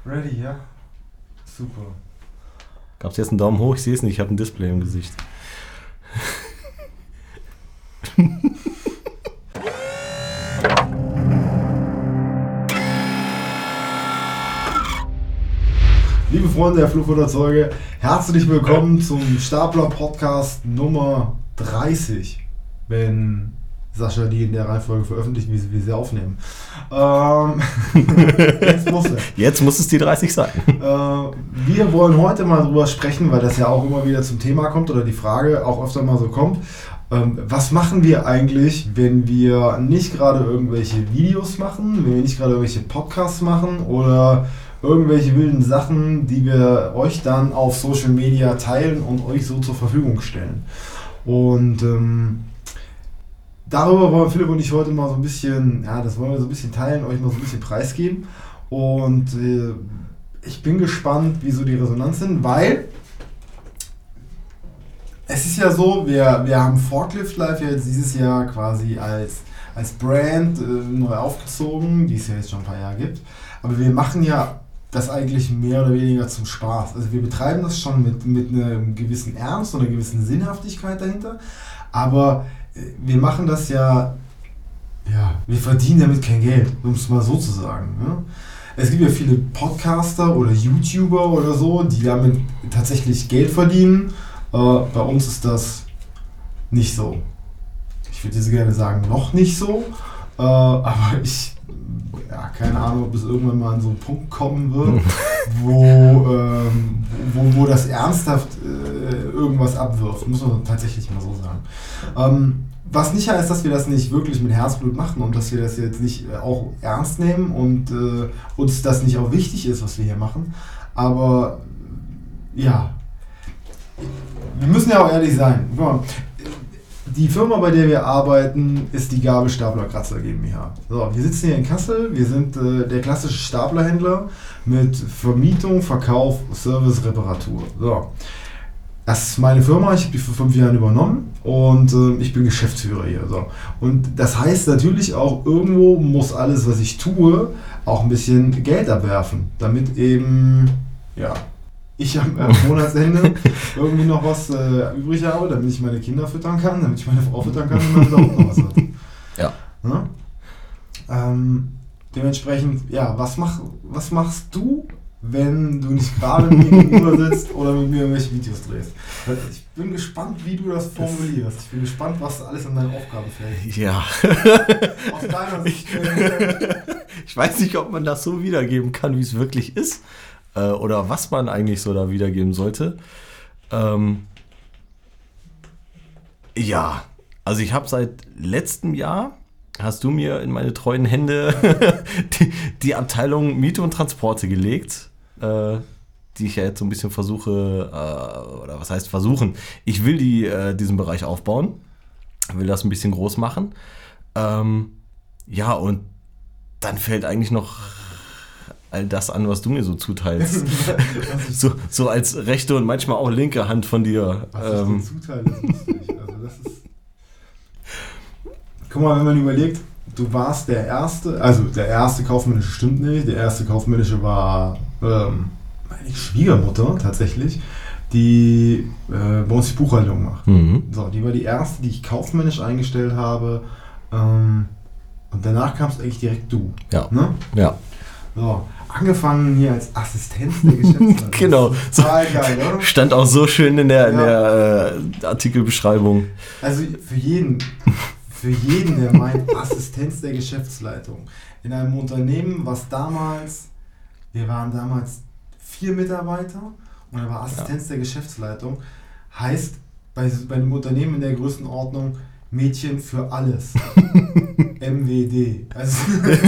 Ready, ja? Super. Gab es jetzt einen Daumen hoch? Ich sehe es nicht, ich habe ein Display im Gesicht. Liebe Freunde der Flugfeuerzeuge, herzlich willkommen zum Stapler-Podcast Nummer 30, wenn Sascha die in der Reihenfolge veröffentlicht, wie sie aufnehmen. Jetzt muss es die 30 sein. Wir wollen heute mal drüber sprechen, weil das ja auch immer wieder zum Thema kommt oder die Frage auch öfter mal so kommt. Was machen wir eigentlich, wenn wir nicht gerade irgendwelche Videos machen, wenn wir nicht gerade irgendwelche Podcasts machen oder irgendwelche wilden Sachen, die wir euch dann auf Social Media teilen und euch so zur Verfügung stellen. Und darüber wollen Philipp und ich heute mal so ein bisschen, das wollen wir so ein bisschen teilen, euch mal so ein bisschen preisgeben. Und ich bin gespannt, wie so die Resonanz sind, weil es ist ja so, wir haben Forklift Life jetzt dieses Jahr quasi als Brand neu aufgezogen, die es ja jetzt schon ein paar Jahre gibt. Aber wir machen ja das eigentlich mehr oder weniger zum Spaß. Also wir betreiben das schon mit einem gewissen Ernst und einer gewissen Sinnhaftigkeit dahinter. Aber wir machen das ja, wir verdienen damit kein Geld, um es mal so zu sagen. Ne? Es gibt ja viele Podcaster oder YouTuber oder so, die damit tatsächlich Geld verdienen. Bei uns ist das nicht so. Ich würde jetzt gerne sagen, noch nicht so. Aber keine Ahnung, ob es irgendwann mal an so einen Punkt kommen wird, wo das ernsthaft irgendwas abwirft, muss man tatsächlich mal so sagen. Was nicht heißt, dass wir das nicht wirklich mit Herzblut machen und dass wir das jetzt nicht auch ernst nehmen und uns das nicht auch wichtig ist, was wir hier machen. Aber ja, wir müssen ja auch ehrlich sein. Guck mal, die Firma, bei der wir arbeiten, ist die Gabelstapler Kratzer GmbH. So, wir sitzen hier in Kassel, wir sind der klassische Staplerhändler mit Vermietung, Verkauf, Service, Reparatur. So. Das ist meine Firma, ich habe die vor 5 Jahren übernommen und ich bin Geschäftsführer hier. So. Und das heißt natürlich auch, irgendwo muss alles, was ich tue, auch ein bisschen Geld abwerfen, damit eben, ich am Monatsende irgendwie noch was übrig habe, damit ich meine Kinder füttern kann, damit ich meine Frau füttern kann und damit auch noch was hat. Ja. Dementsprechend, was machst du, wenn du nicht gerade mit mir gegenüber sitzt oder mit mir irgendwelche Videos drehst? Ich bin gespannt, wie du das formulierst. Ich bin gespannt, was alles in deine Aufgabe fällt. Ja. Aus deiner Sicht. Ich weiß nicht, ob man das so wiedergeben kann, wie es wirklich ist. Oder was man eigentlich so da wiedergeben sollte. Also ich habe seit letztem Jahr, hast du mir in meine treuen Hände die Abteilung Miete und Transporte gelegt, die ich ja jetzt so ein bisschen versuche, oder was heißt versuchen, ich will diesen Bereich aufbauen, will das ein bisschen groß machen. Und dann fällt eigentlich noch all das an, was du mir so zuteilst. so als rechte und manchmal auch linke Hand von dir. Was ich dir zuteile, ist lustig. Also das ist... Guck mal, wenn man überlegt, du warst der erste kaufmännische stimmt nicht, der erste kaufmännische war meine Schwiegermutter tatsächlich, die bei uns die Buchhaltung macht. Mhm. So, die war die erste, die ich kaufmännisch eingestellt habe. Und danach kamst eigentlich direkt du. Ja. Ne? Ja. So, angefangen hier als Assistenz der Geschäftsleitung. Genau. Total geil, oder? Stand auch so schön in der Artikelbeschreibung. Also für jeden, der meint Assistenz der Geschäftsleitung. In einem Unternehmen, wir waren damals 4 Mitarbeiter und er war Assistenz der Geschäftsleitung, heißt bei einem Unternehmen in der Größenordnung Mädchen für alles. MWD. Also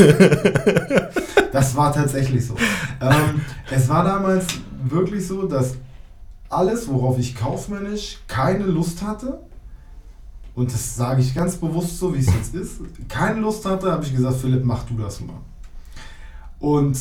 das war tatsächlich so. Es war damals wirklich so, dass alles, worauf ich kaufmännisch keine Lust hatte, und das sage ich ganz bewusst so, wie es jetzt ist, keine Lust hatte, habe ich gesagt, Philipp, mach du das mal. Und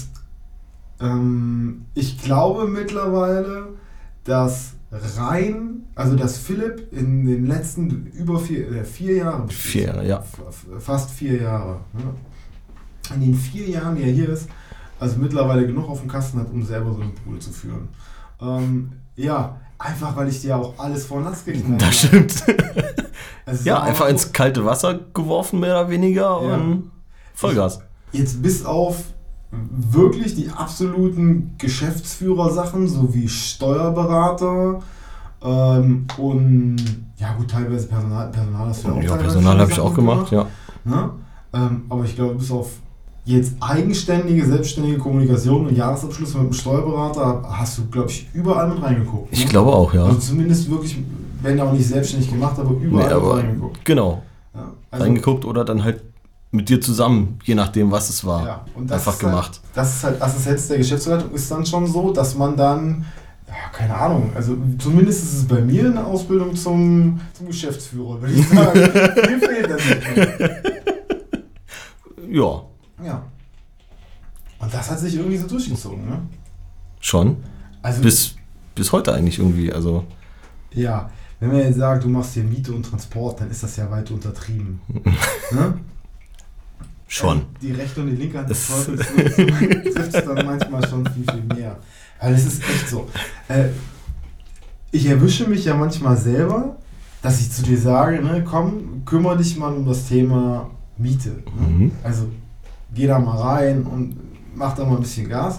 ich glaube mittlerweile, dass dass Philipp in den letzten über 4 Jahren, fast 4 Jahre, in den 4 Jahren, die er hier ist, also mittlerweile genug auf dem Kasten hat, um selber so eine Bude zu führen. Ja, einfach weil ich dir auch alles vor Nass geknallt habe. Das stimmt. Also Einfach ins kalte Wasser geworfen, mehr oder weniger, und Vollgas. Jetzt bis auf wirklich die absoluten Geschäftsführersachen, so wie Steuerberater und ja gut, teilweise Personal hast du ja auch. Ja, Personal habe ich auch gemacht, ja. Ne? Aber ich glaube, bis auf jetzt selbstständige Kommunikation und Jahresabschluss mit dem Steuerberater hast du, glaube ich, überall mit reingeguckt. Ne? Ich glaube auch, ja. Also zumindest wirklich, wenn auch nicht selbstständig gemacht, aber überall mit reingeguckt. Genau. Ja, also reingeguckt oder dann halt mit dir zusammen, je nachdem, was es war. Ja, und das einfach gemacht. Das ist halt Assistenz der Geschäftsleitung, ist dann schon so, dass man dann, ja, keine Ahnung, also zumindest ist es bei mir eine Ausbildung zum Geschäftsführer, würde ich sagen. Mir fehlt das nicht mehr. Ja. Ja. Und das hat sich irgendwie so durchgezogen, ne? Schon. Also, bis heute eigentlich irgendwie, also. Ja, wenn man jetzt sagt, du machst hier Miete und Transport, dann ist das ja weit untertrieben. Ne? Schon. Die rechte und die linke Hand des Teufels trifft es dann manchmal schon viel, viel mehr. Weil es ist echt so. Ich erwische mich ja manchmal selber, dass ich zu dir sage, ne, komm, kümmere dich mal um das Thema Miete. Ne? Mhm. Also geh da mal rein und mach da mal ein bisschen Gas.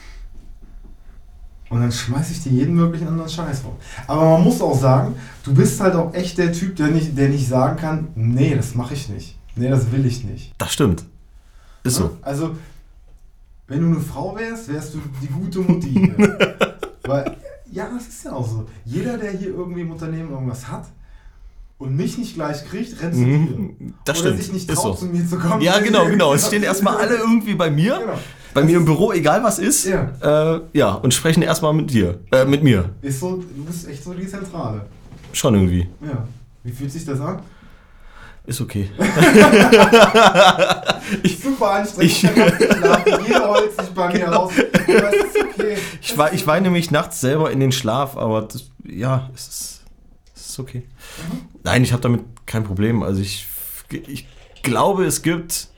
Und dann schmeiße ich dir jeden möglichen anderen Scheiß vor. Aber man muss auch sagen, du bist halt auch echt der Typ, der nicht sagen kann, nee, das mache ich nicht. Nee, das will ich nicht. Das stimmt. Ist so. Also, wenn du eine Frau wärst, wärst du die gute Mutti. Weil, ja, das ist ja auch so. Jeder, der hier irgendwie im Unternehmen irgendwas hat und mich nicht gleich kriegt, rennt zu dir. Das Oder stimmt. sich nicht Ist traut, so. zu mir zu kommen. Ja, genau. Es stehen erstmal alle irgendwie bei mir. Genau. Bei mir im Büro, egal was ist. Ja. Und sprechen erstmal mit dir. Mit mir. Ist so, du bist echt so die Zentrale. Schon irgendwie. Ja. Wie fühlt sich das an? Ist okay. Super anstrengend. Ich kann nicht schlafen. Jeder heult sich bei mir aus. Aber es ist okay. Ich weine mich nachts selber in den Schlaf, aber das, ja, es ist okay. Mhm. Nein, ich habe damit kein Problem. Also ich glaube, es gibt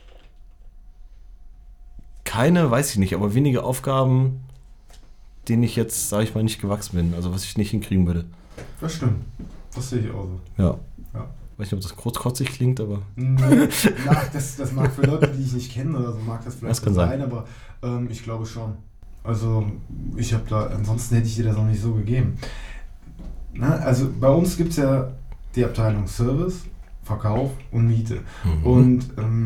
weiß ich nicht, aber wenige Aufgaben, denen ich jetzt, sage ich mal, nicht gewachsen bin. Also was ich nicht hinkriegen würde. Das stimmt. Das sehe ich auch so. Ja. Ja. Weiß nicht, ob das großkotzig klingt, aber... Nee, das mag für Leute, die ich nicht kenne oder so, mag das vielleicht Das kann sein, aber ich glaube schon. Also ich habe da, ansonsten hätte ich dir das noch nicht so gegeben. Na, also bei uns gibt es ja die Abteilung Service, Verkauf und Miete. Mhm. Und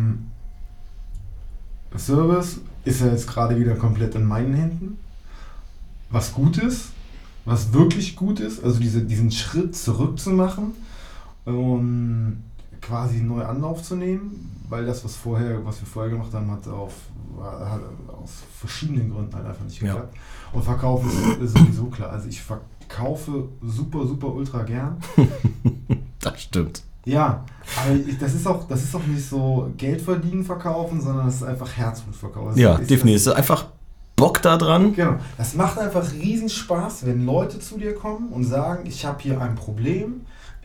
Service ist ja jetzt gerade wieder komplett in meinen Händen. Was gut ist, was wirklich gut ist, also diesen Schritt zurück zu machen und quasi einen neuen Anlauf zu nehmen, weil das, was wir vorher gemacht haben, hat aus verschiedenen Gründen halt einfach nicht geklappt. Ja. Und Verkaufen ist sowieso klar. Also ich verkaufe super, super, ultra gern. Das stimmt. Ja, aber das ist auch nicht so Geld verdienen verkaufen, sondern es ist einfach Herzblut verkaufen. Ja, definitiv. Es ist einfach Bock da dran. Genau. Das macht einfach riesen Spaß, wenn Leute zu dir kommen und sagen, ich habe hier ein Problem,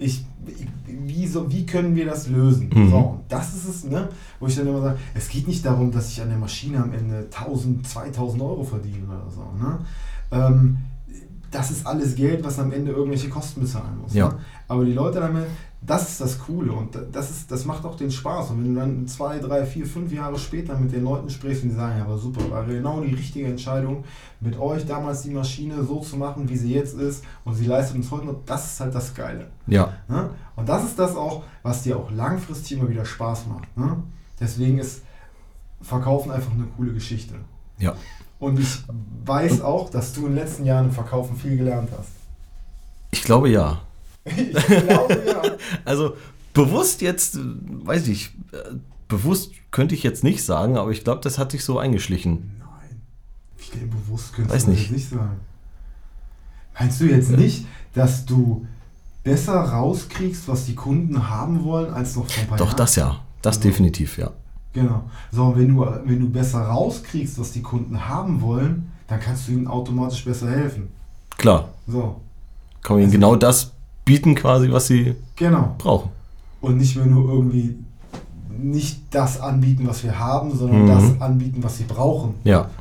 wie können wir das lösen? Mhm. So, und das ist es, ne, wo ich dann immer sage, es geht nicht darum, dass ich an der Maschine am Ende 1.000, 2.000 Euro verdiene oder so. Ne? Das ist alles Geld, was am Ende irgendwelche Kosten bezahlen muss. Ja. Ne? Aber die Leute damit, das ist das Coole und das macht auch den Spaß. Und wenn du dann 2, 3, 4, 5 Jahre später mit den Leuten sprichst und die sagen, ja, aber super, war genau die richtige Entscheidung, mit euch damals die Maschine so zu machen, wie sie jetzt ist und sie leistet uns heute noch, das ist halt das Geile. Ja. Ne? Und das ist das auch, was dir auch langfristig immer wieder Spaß macht. Ne? Deswegen ist Verkaufen einfach eine coole Geschichte. Ja. Und ich weiß auch, dass du in den letzten Jahren im Verkaufen viel gelernt hast. Ich glaube ja. Ich glaube ja. Also bewusst jetzt, weiß ich, bewusst könnte ich jetzt nicht sagen, aber ich glaube, das hat sich so eingeschlichen. Nein. Wie denn bewusst könntest weiß du nicht. Das nicht sagen? Meinst du jetzt nicht, dass du besser rauskriegst, was die Kunden haben wollen, als noch vor ein paar Doch, Jahren? das ja. Das Also, definitiv, ja. Genau. So, wenn du besser rauskriegst, was die Kunden haben wollen, dann kannst du ihnen automatisch besser helfen. Klar. So. Kann man ihnen genau das bieten quasi, was sie Genau. brauchen. Und nicht mehr nur irgendwie nicht das anbieten, was wir haben, sondern Mhm. das anbieten, was sie brauchen. Ja.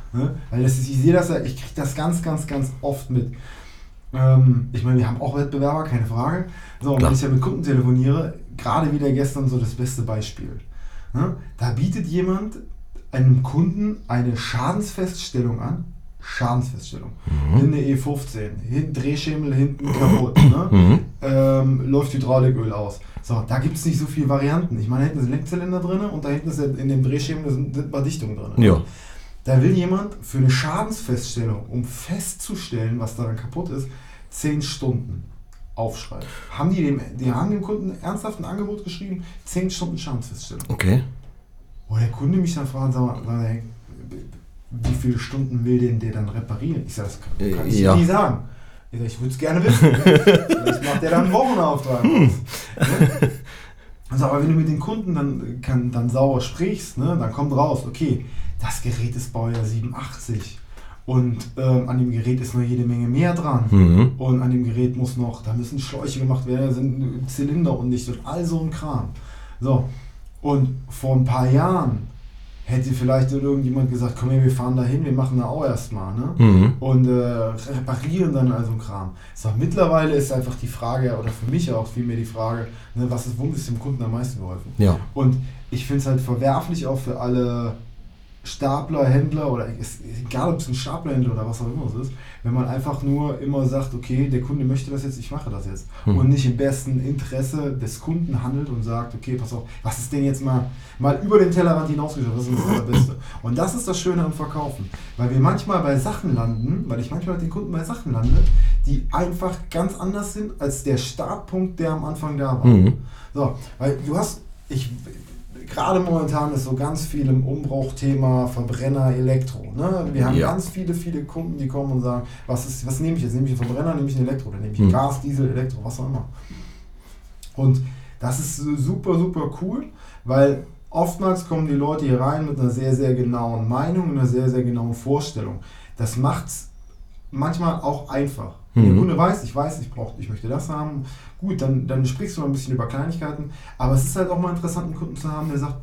Ne? Weil ich sehe das ja, ich kriege das ganz, ganz, ganz oft mit. Ich meine, wir haben auch Wettbewerber, keine Frage. So, und wenn ich ja mit Kunden telefoniere, gerade wieder gestern so das beste Beispiel. Ne? Da bietet jemand einem Kunden eine Schadensfeststellung an. Schadensfeststellung. Eine E15, Drehschemel hinten kaputt. Ne? Läuft Hydrauliköl aus. So, da gibt es nicht so viele Varianten. Ich meine, da hinten ist ein Lenkzylinder drin und da hinten ist in dem Drehschemel sind ein paar Dichtungen drin. Ja. Da will jemand für eine Schadensfeststellung, um festzustellen, was daran kaputt ist, 10 Stunden aufschreiben. Die haben dem Kunden ernsthaft ein Angebot geschrieben, 10 Stunden Schadensfeststellung. Okay. Wo der Kunde mich dann fragt, sag mal, wie viele Stunden will denn der dann reparieren? Ich sage, das kann ich nie sagen. Ich sage, ich würde es gerne wissen. Vielleicht macht der dann einen Wochenauftrag. Also, aber wenn du mit den Kunden dann sauber sprichst, ne, dann kommt raus, okay, das Gerät ist Baujahr 87 und an dem Gerät ist noch jede Menge mehr dran und an dem Gerät da müssen Schläuche gemacht werden, da sind Zylinder undicht und all so ein Kram. So, und vor ein paar Jahren hätte vielleicht irgendjemand gesagt, komm her, wir fahren da hin, wir machen da auch erstmal, ne? Und reparieren dann also einen Kram. So, mittlerweile ist einfach die Frage, oder für mich auch vielmehr die Frage, ne, womit ist dem Kunden am meisten geholfen? Ja. Und ich finde es halt verwerflich auch für alle Stapler, Händler oder egal ob es ein Staplerhändler oder was auch immer es ist, wenn man einfach nur immer sagt, okay, der Kunde möchte das jetzt, ich mache das jetzt und nicht im besten Interesse des Kunden handelt und sagt, okay, pass auf, was ist denn jetzt mal über den Tellerrand hinausgeschaut, was ist das Allerbeste? Und das ist das Schöne am Verkaufen, weil wir manchmal bei Sachen landen, weil ich manchmal mit den Kunden bei Sachen lande, die einfach ganz anders sind als der Startpunkt, der am Anfang da war. So, weil gerade momentan ist so ganz viel im Umbruchthema Verbrenner, Elektro. Ne? Wir haben ganz viele Kunden, die kommen und sagen, was nehme ich jetzt? Nehme ich einen Verbrenner, nehme ich einen Elektro, dann nehme ich Gas, Diesel, Elektro, was auch immer. Und das ist super, super cool, weil oftmals kommen die Leute hier rein mit einer sehr, sehr genauen Meinung, einer sehr, sehr genauen Vorstellung. Das macht es manchmal auch einfach. Der Kunde weiß, ich möchte das haben. Gut, dann sprichst du mal ein bisschen über Kleinigkeiten. Aber es ist halt auch mal interessant, einen Kunden zu haben, der sagt,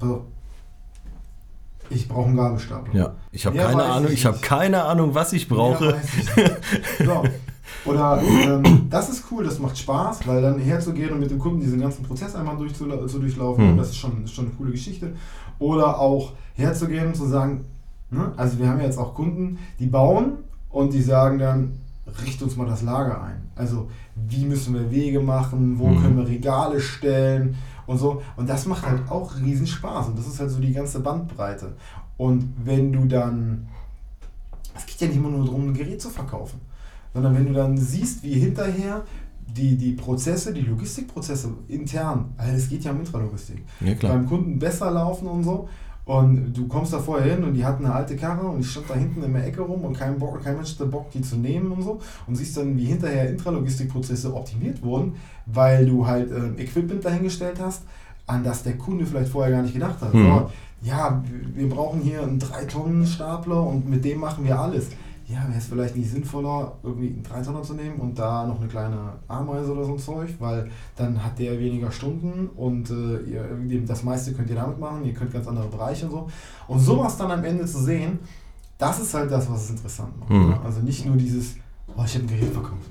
ich brauche einen Gabelstapler. Ja, ich habe keine Ahnung, was ich brauche. So. Oder das ist cool, das macht Spaß, weil dann herzugehen und mit dem Kunden diesen ganzen Prozess einmal durchlaufen, das ist schon eine coole Geschichte. Oder auch herzugehen und zu sagen, ne, also wir haben jetzt auch Kunden, die bauen und die sagen dann, richte uns mal das Lager ein. Also wie müssen wir Wege machen, wo können wir Regale stellen und so. Und das macht halt auch riesen Spaß und das ist halt so die ganze Bandbreite. Und wenn du dann, es geht ja nicht immer nur darum, ein Gerät zu verkaufen, sondern wenn du dann siehst, wie hinterher die Prozesse, die Logistikprozesse intern, also es geht ja um Intralogistik, beim Kunden besser laufen und so. Und du kommst da vorher hin und die hatten eine alte Karre und die stand da hinten in der Ecke rum und kein Mensch hatte Bock, die zu nehmen und so. Und siehst dann, wie hinterher Intralogistikprozesse optimiert wurden, weil du halt Equipment dahingestellt hast, an das der Kunde vielleicht vorher gar nicht gedacht hat. So, ja, wir brauchen hier einen 3-Tonnen-Stapler und mit dem machen wir alles. Ja, wäre es vielleicht nicht sinnvoller, irgendwie einen 3-Tonner zu nehmen und da noch eine kleine Ameise oder so ein Zeug, weil dann hat der weniger Stunden und das meiste könnt ihr damit machen, ihr könnt ganz andere Bereiche und so. Und sowas dann am Ende zu sehen, das ist halt das, was es interessant macht. Ne? Also nicht nur dieses, ich habe ein Gerät verkauft.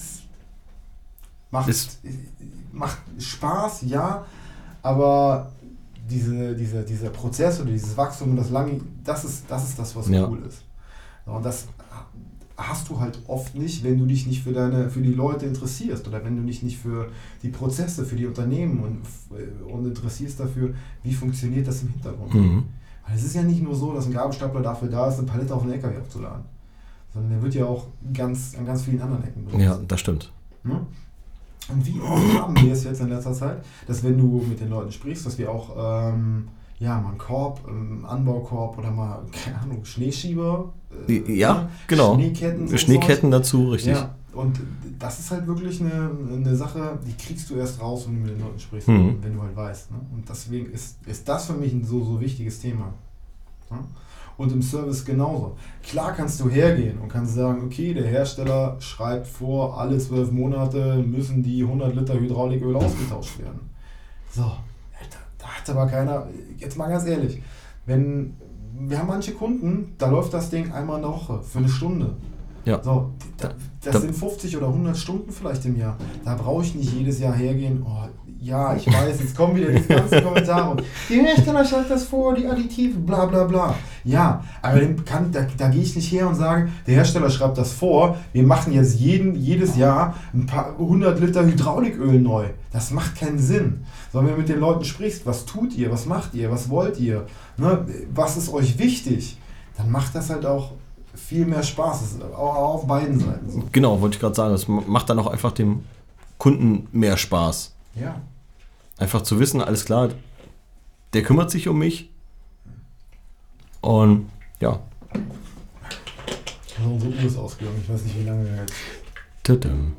Das macht Spaß, ja, aber dieser Prozess oder dieses Wachstum und das ist das, was cool ist. Und das hast du halt oft nicht, wenn du dich nicht für die Leute interessierst oder wenn du dich nicht für die Prozesse, für die Unternehmen und interessierst dafür, wie funktioniert das im Hintergrund. Weil es ist ja nicht nur so, dass ein Gabelstapler dafür da ist, eine Palette auf einen LKW aufzuladen, sondern der wird ja auch an ganz vielen anderen Ecken benutzt. Ja, das stimmt. Ne? Und wie oft haben wir es jetzt in letzter Zeit, dass wenn du mit den Leuten sprichst, dass wir auch mal einen Korb, Anbaukorb oder mal, keine Ahnung, Schneeschieber, genau. Schneeketten dazu, richtig. Ja, und das ist halt wirklich eine Sache, die kriegst du erst raus, wenn du mit den Leuten sprichst, wenn du halt weißt. Ne? Und deswegen ist das für mich ein so wichtiges Thema. Ja? Und im Service genauso. Klar kannst du hergehen und kannst sagen, okay, der Hersteller schreibt vor, alle 12 Monate müssen die 100 Liter Hydrauliköl ausgetauscht werden. So, da hat aber keiner, jetzt mal ganz ehrlich, wenn wir haben manche Kunden, da läuft das Ding einmal in der Woche für eine Stunde. Ja. So, das sind 50 oder 100 Stunden vielleicht im Jahr. Da brauche ich nicht jedes Jahr hergehen, oh, ja, ich weiß, jetzt kommen wieder die ganzen Kommentare. Die Hersteller schreibt das vor, die Additive, bla bla bla. Ja, aber da gehe ich nicht her und sage, der Hersteller schreibt das vor, wir machen jetzt jedes Jahr ein paar 100 Liter Hydrauliköl neu. Das macht keinen Sinn. Sondern wenn du mit den Leuten sprichst, was tut ihr, was macht ihr, was wollt ihr, ne, was ist euch wichtig, dann macht das halt auch viel mehr Spaß. Das ist auch auf beiden Seiten so. Genau, wollte ich gerade sagen. Das macht dann auch einfach dem Kunden mehr Spaß. Ja. Einfach zu wissen, alles klar, der kümmert sich um mich. Und ja. Also unsere Uhr ist ausgegangen. Ich weiß nicht, wie lange wir jetzt. Tudum.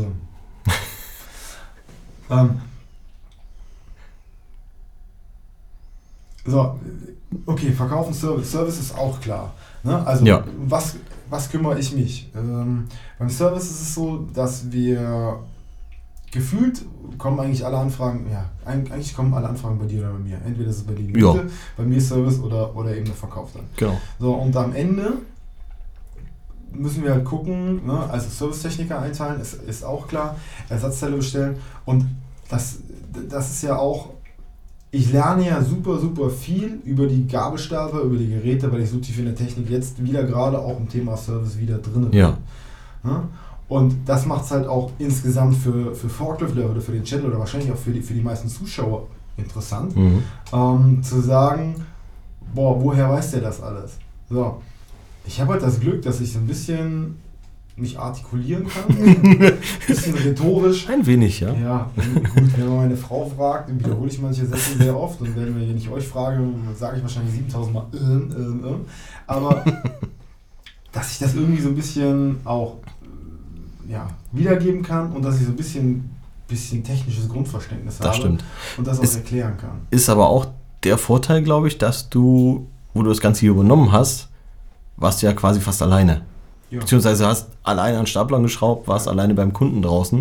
So, okay, Verkaufen, Service. Service ist auch klar. Ne? Also, ja. was kümmere ich mich? Beim Service ist es so, dass wir gefühlt kommen eigentlich alle Anfragen, ja, eigentlich kommen alle Anfragen bei dir oder bei mir. Entweder ist es bei dir die Miete, bei mir Service oder eben der Verkauf dann. Genau. So, und am Ende müssen wir halt gucken, ne, also Servicetechniker einteilen, ist auch klar, Ersatzteile bestellen und das ist ja auch, ich lerne ja super, super viel über die Gabelstapler, über die Geräte, weil ich so tief in der Technik jetzt wieder gerade auch im Thema Service wieder drin bin. Ja. Ja? Und das macht es halt auch insgesamt für Forklift-Level oder für den Channel oder wahrscheinlich auch für die meisten Zuschauer interessant, zu sagen, boah, woher weiß der das alles? So, ich habe halt das Glück, dass ich so ein bisschen mich artikulieren kann, ein bisschen rhetorisch. Ein wenig, ja. Ja, gut, wenn man meine Frau fragt, dann wiederhole ich manche Sätze sehr oft und wenn ich euch frage, sage ich wahrscheinlich 7000 Mal aber dass ich das irgendwie so ein bisschen auch wiedergeben kann und dass ich so ein bisschen technisches Grundverständnis habe stimmt. Und das auch erklären kann. Ist aber auch der Vorteil, glaube ich, dass du, wo du das Ganze hier übernommen hast, warst du ja quasi fast alleine. Ja. Beziehungsweise hast alleine an Staplern geschraubt, warst alleine beim Kunden draußen.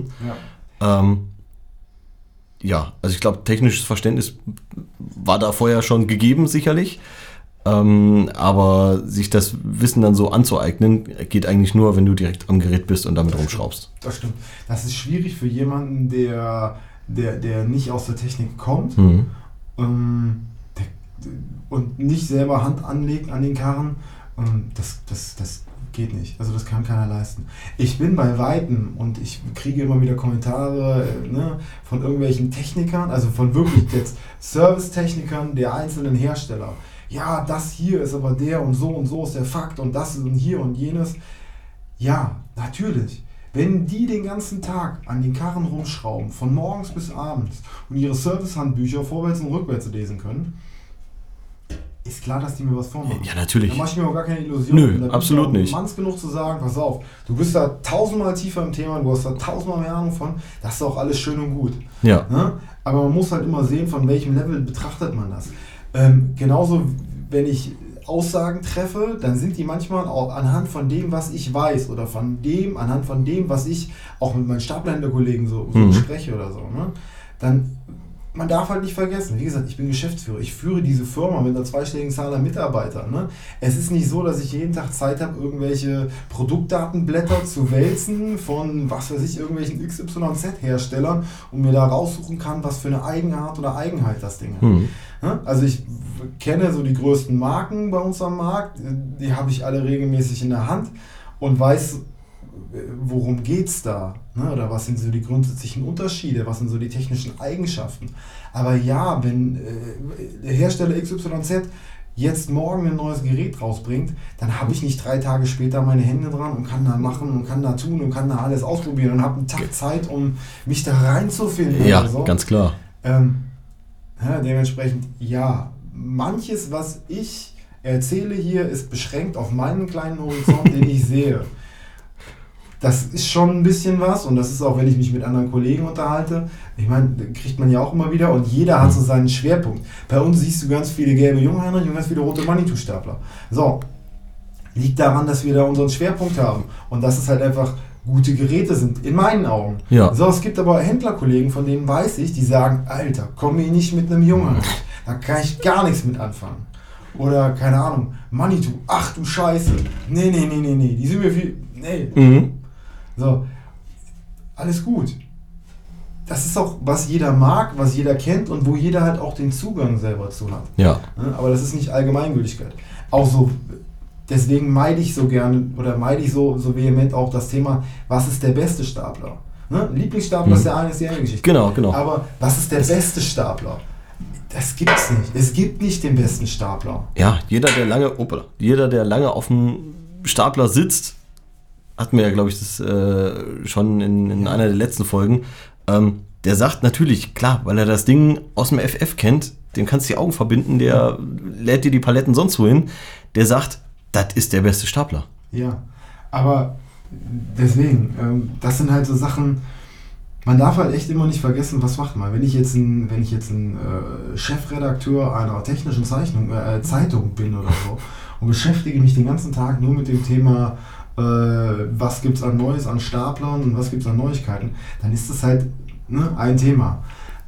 Ja. Also ich glaube, technisches Verständnis war da vorher schon gegeben, sicherlich. Aber sich das Wissen dann so anzueignen, geht eigentlich nur, wenn du direkt am Gerät bist und damit rumschraubst. Das stimmt. Das ist schwierig für jemanden, der nicht aus der Technik kommt und nicht selber Hand anlegt an den Karren. Das geht nicht. Also das kann keiner leisten. Ich bin bei Weitem und ich kriege immer wieder Kommentare von irgendwelchen Technikern, also von wirklich jetzt Servicetechnikern der einzelnen Hersteller. Ja, das hier ist aber der und so ist der Fakt und das ist und hier und jenes. Ja, natürlich. Wenn die den ganzen Tag an den Karren rumschrauben, von morgens bis abends und ihre Servicehandbücher vorwärts und rückwärts lesen können, ist klar, dass die mir was vormachen. Ja, natürlich. Da mache ich mir auch gar keine Illusionen. Nö, absolut nicht. Manns genug zu sagen, pass auf, du bist da 1000-mal tiefer im Thema, du hast da 1000-mal mehr Ahnung von, das ist auch alles schön und gut. Ja. Ne? Aber man muss halt immer sehen, von welchem Level betrachtet man das. Genauso, wenn ich Aussagen treffe, dann sind die manchmal auch anhand von dem, was ich weiß oder anhand von dem, was ich auch mit meinen Staplerhändlerkollegen so bespreche oder so. Ne? Dann, man darf halt nicht vergessen, wie gesagt, ich bin Geschäftsführer, ich führe diese Firma mit einer zweistelligen Zahl an Mitarbeitern. Ne? Es ist nicht so, dass ich jeden Tag Zeit habe, irgendwelche Produktdatenblätter zu wälzen von, was weiß ich, irgendwelchen XYZ-Herstellern und mir da raussuchen kann, was für eine Eigenart oder Eigenheit das Ding hat. Ne? Also ich kenne so die größten Marken bei uns am Markt, die habe ich alle regelmäßig in der Hand und weiß, worum geht es da, ne? Oder was sind so die grundsätzlichen Unterschiede, was sind so die technischen Eigenschaften. Aber ja, wenn der Hersteller XYZ jetzt morgen ein neues Gerät rausbringt, dann habe ich nicht 3 Tage später meine Hände dran und kann da machen und kann da tun und kann da alles ausprobieren und habe einen Tag Zeit, um mich da reinzufinden. Ja, oder so. Ganz klar. Dementsprechend, ja, manches, was ich erzähle hier, ist beschränkt auf meinen kleinen Horizont, den ich sehe. Das ist schon ein bisschen was und das ist auch, wenn ich mich mit anderen Kollegen unterhalte, ich meine, kriegt man ja auch immer wieder und jeder hat so seinen Schwerpunkt. Bei uns siehst du ganz viele gelbe Jungheinrich und ganz viele rote Manitou-Stapler. So, liegt daran, dass wir da unseren Schwerpunkt haben und dass es halt einfach gute Geräte sind, in meinen Augen. Ja. So, es gibt aber Händlerkollegen, von denen weiß ich, die sagen, Alter, komm mir nicht mit einem Jungheinrich, da kann ich gar nichts mit anfangen. Oder, keine Ahnung, Manitou, ach du Scheiße. Nee, die sind mir viel, nee. So, alles gut. Das ist auch, was jeder mag, was jeder kennt und wo jeder halt auch den Zugang selber zu hat. Ja. Aber das ist nicht Allgemeingültigkeit. Auch so, deswegen meide ich so gern oder meide ich so vehement auch das Thema, was ist der beste Stapler? Lieblingsstapler ist eine Geschichte. Genau. Aber was ist der beste Stapler? Das gibt's nicht. Es gibt nicht den besten Stapler. Ja, jeder, der lange auf dem Stapler sitzt, hatten wir ja, glaube ich, das schon in einer der letzten Folgen, der sagt natürlich, klar, weil er das Ding aus dem FF kennt, dem kannst du die Augen verbinden, der lädt dir die Paletten sonst wohin, der sagt, das ist der beste Stapler. Ja, aber deswegen, das sind halt so Sachen, man darf halt echt immer nicht vergessen, was macht man. Wenn ich jetzt ein Chefredakteur einer technischen Zeitung bin oder so und beschäftige mich den ganzen Tag nur mit dem Thema, was gibt es an Neues an Staplern und was gibt es an Neuigkeiten, dann ist das halt ein Thema.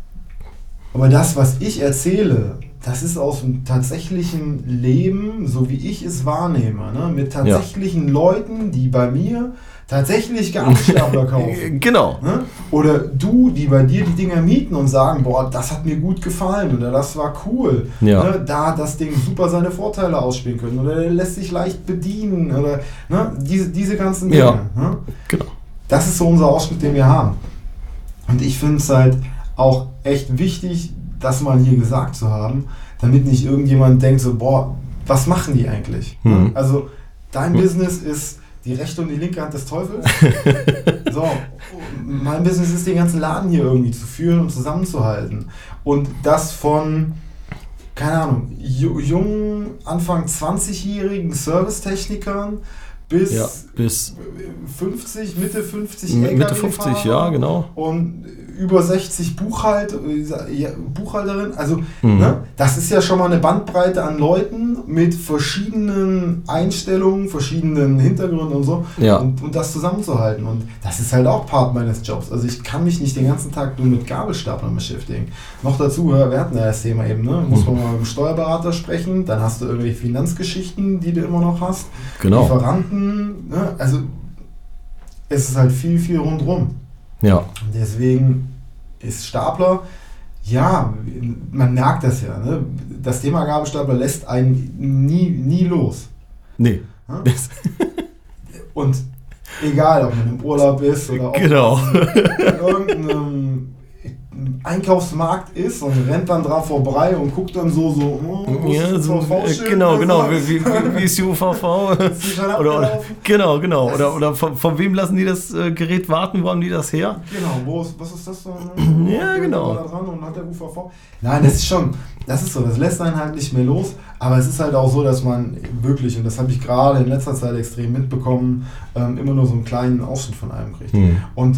Aber das, was ich erzähle, das ist aus dem tatsächlichen Leben, so wie ich es wahrnehme, mit tatsächlichen Leuten, die bei mir tatsächlich Gabelstapler kaufen. Genau. Oder die bei dir die Dinger mieten und sagen, boah, das hat mir gut gefallen oder das war cool. Ja. Da hat das Ding super seine Vorteile ausspielen können oder der lässt sich leicht bedienen oder diese ganzen Dinge. Ja. Genau. Das ist so unser Ausschnitt, den wir haben. Und ich finde es halt auch echt wichtig, das mal hier gesagt zu haben, damit nicht irgendjemand denkt so, boah, was machen die eigentlich? Also dein Business ist die rechte und die linke Hand des Teufels. So, mein Business ist, den ganzen Laden hier irgendwie zu führen und zusammenzuhalten. Und das von, keine Ahnung, jungen, Anfang 20-jährigen Servicetechnikern bis 50, Mitte 50 Mitte 50, ja, genau. Und über 60 Buchhalterin. Also, das ist ja schon mal eine Bandbreite an Leuten mit verschiedenen Einstellungen, verschiedenen Hintergründen und so. Ja. Und das zusammenzuhalten. Und das ist halt auch Part meines Jobs. Also ich kann mich nicht den ganzen Tag nur mit Gabelstaplern beschäftigen. Noch dazu, wir hatten ja das Thema eben, muss man mal mit dem Steuerberater sprechen, dann hast du irgendwelche Finanzgeschichten, die du immer noch hast. Genau. Lieferanten, also es ist halt viel, viel rundrum. Ja. Deswegen ist Stapler, ja, man merkt das ja, das Thema Gabelstapler lässt einen nie los. Nee. Ja? Und egal, ob man im Urlaub ist oder ob man in irgendeinem Einkaufsmarkt ist und rennt dann dran vorbei und guckt dann so genau, wie ist die UVV? Oder von wem lassen die das Gerät warten, wo haben die das her? Genau, was ist das so? Ja, genau. Da dran und hat der UVV? Nein, das ist so, das lässt einen halt nicht mehr los, aber es ist halt auch so, dass man wirklich, und das habe ich gerade in letzter Zeit extrem mitbekommen, immer nur so einen kleinen Ausschnitt von einem kriegt. Und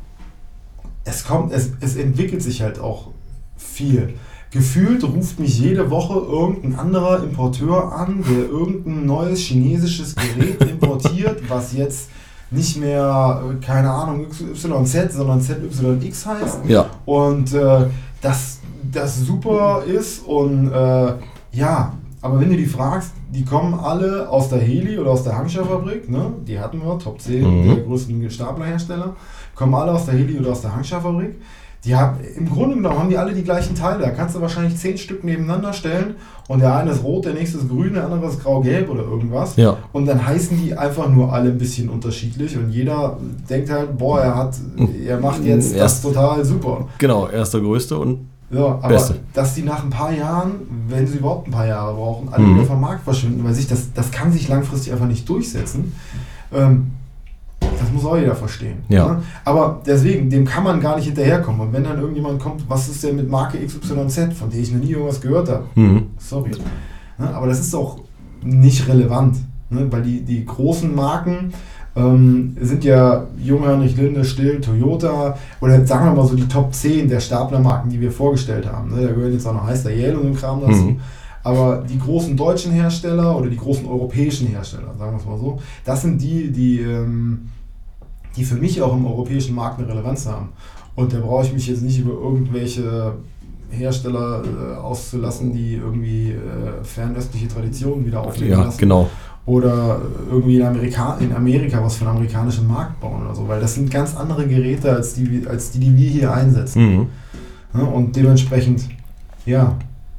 es entwickelt sich halt auch viel. Gefühlt ruft mich jede Woche irgendein anderer Importeur an, der irgendein neues chinesisches Gerät importiert, was jetzt nicht mehr, keine Ahnung, XYZ, sondern ZYX heißt. Ja. Und das super ist und aber wenn du die fragst, die kommen alle aus der Heli oder aus der Hangscher-Fabrik, die hatten wir, Top 10 der größten Staplerhersteller, kommen alle aus der Heli oder aus der Hangscher-Fabrik. Die haben, im Grunde genommen haben die alle die gleichen Teile. Da kannst du wahrscheinlich 10 Stück nebeneinander stellen und der eine ist rot, der nächste ist grün, der andere ist grau-gelb oder irgendwas. Ja. Und dann heißen die einfach nur alle ein bisschen unterschiedlich und jeder denkt halt, boah, er macht jetzt das total super. Genau, er ist der Größte und ja, aber Beste. Dass die nach ein paar Jahren, wenn sie überhaupt ein paar Jahre brauchen, alle wieder vom Markt verschwinden, weil das kann sich langfristig einfach nicht durchsetzen. Das muss auch jeder verstehen. Ja. Ne? Aber deswegen, dem kann man gar nicht hinterherkommen. Und wenn dann irgendjemand kommt, was ist denn mit Marke XYZ, von der ich noch nie irgendwas gehört habe? Sorry. Ne? Aber das ist auch nicht relevant, weil die großen Marken sind ja Jungheinrich, Linde, Stihl, Toyota oder sagen wir mal so die Top 10 der Staplermarken, die wir vorgestellt haben. Da gehören jetzt auch noch Heister Yale und so Kram dazu. Aber die großen deutschen Hersteller oder die großen europäischen Hersteller, sagen wir es mal so, das sind die für mich auch im europäischen Markt eine Relevanz haben. Und da brauche ich mich jetzt nicht über irgendwelche Hersteller auszulassen, die irgendwie fernöstliche Traditionen wieder aufleben Ja, lassen. genau. Oder irgendwie in Amerika was für den amerikanischen Markt bauen oder so, weil das sind ganz andere Geräte als die wir hier einsetzen. Mhm. Ja, und dementsprechend, ja,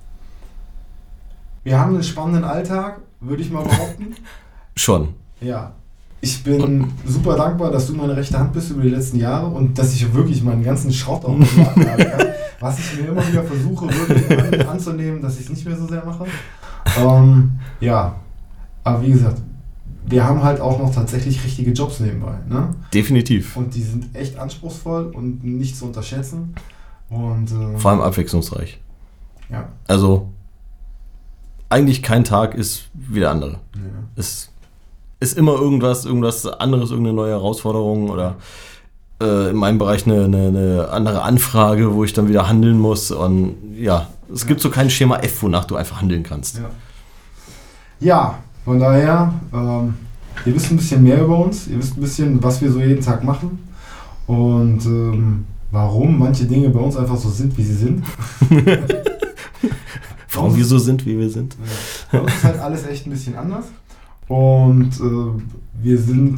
wir haben einen spannenden Alltag, würde ich mal behaupten. Schon. Ja, ich bin super dankbar, dass du meine rechte Hand bist über die letzten Jahre und dass ich wirklich meinen ganzen Schrott auch privat laden kann, was ich mir immer wieder versuche, wirklich anzunehmen, dass ich es nicht mehr so sehr mache. Ja, aber wie gesagt, wir haben halt auch noch tatsächlich richtige Jobs nebenbei. Ne? Definitiv. Und die sind echt anspruchsvoll und nicht zu unterschätzen. Und, Vor allem abwechslungsreich. Ja. Also, eigentlich kein Tag ist wie der andere. Ja. Es ist immer irgendwas anderes, irgendeine neue Herausforderung oder in meinem Bereich eine andere Anfrage, wo ich dann wieder handeln muss. Und ja, es gibt so kein Schema F, wonach du einfach handeln kannst. Ja, von daher, ihr wisst ein bisschen mehr über uns, ihr wisst ein bisschen, was wir so jeden Tag machen und warum manche Dinge bei uns einfach so sind, wie sie sind. Warum wir so sind, wie wir sind. Ja. Bei uns ist halt alles echt ein bisschen anders und wir sind,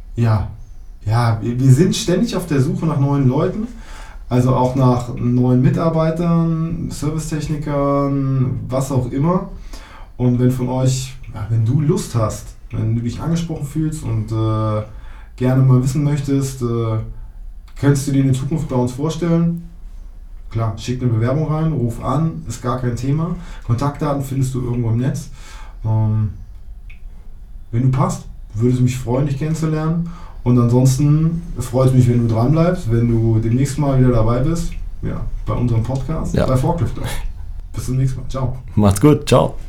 wir sind ständig auf der Suche nach neuen Leuten, also auch nach neuen Mitarbeitern, Servicetechnikern, was auch immer. Und wenn von euch, wenn du Lust hast, wenn du dich angesprochen fühlst und gerne mal wissen möchtest, könntest du dir in Zukunft bei uns vorstellen? Klar, schick eine Bewerbung rein, ruf an, ist gar kein Thema. Kontaktdaten findest du irgendwo im Netz. Wenn du passt, würde es mich freuen, dich kennenzulernen. Und ansonsten freut es mich, wenn du dran bleibst, wenn du demnächst mal wieder dabei bist, bei unserem Podcast, bei Forklift. Bis zum nächsten Mal. Ciao. Macht's gut. Ciao.